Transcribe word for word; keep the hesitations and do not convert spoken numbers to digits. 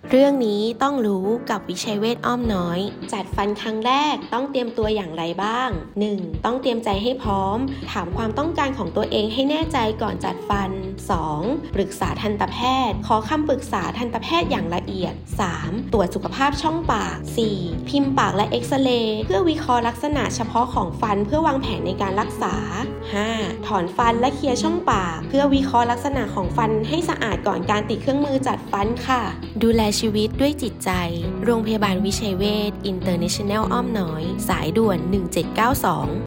เรื่องนี้ต้องรู้กับวิชัยเวชอ้อมน้อยจัดฟันครั้งแรกต้องเตรียมตัวอย่างไรบ้าง หนึ่ง ต้องเตรียมใจให้พร้อมถามความต้องการของตัวเองให้แน่ใจก่อนจัดฟัน สอง ปรึกษาทันตแพทย์ขอคำปรึกษาทันตแพทย์อย่างละเอียด สาม ตรวจสุขภาพช่องปาก สี่ พิมพ์ปากและเอ็กซเรย์เพื่อวิเคราะห์ลักษณะเฉพาะของฟันเพื่อวางแผนในการรักษา ห้า ถอนฟันและเคลียร์ช่องปากเพื่อวิเคราะห์ลักษณะของฟันให้สะอาดก่อนการติดเครื่องมือจัดฟันค่ะดูแลชีวิตด้วยจิตใจโรงพยาบาลวิชัยเวช International อ้อมน้อยสายด่วนหนึ่งเจ็ดเก้าสอง